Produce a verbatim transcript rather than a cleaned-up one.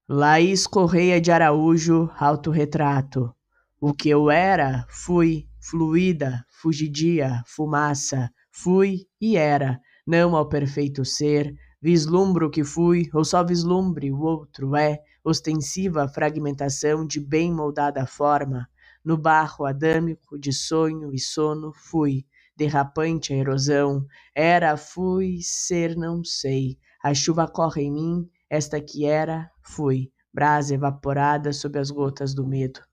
Laís Correia de Araújo, autorretrato. O que eu era, fui, fluida, fugidia, fumaça, fui e era, não ao perfeito ser, vislumbro o que fui, ou só vislumbre, o outro é, ostensiva fragmentação de bem moldada forma, no barro adâmico de sonho e sono fui, derrapante a erosão, era, fui, ser não sei, a chuva corre em mim, esta que era, fui, brasa evaporada sob as gotas do medo.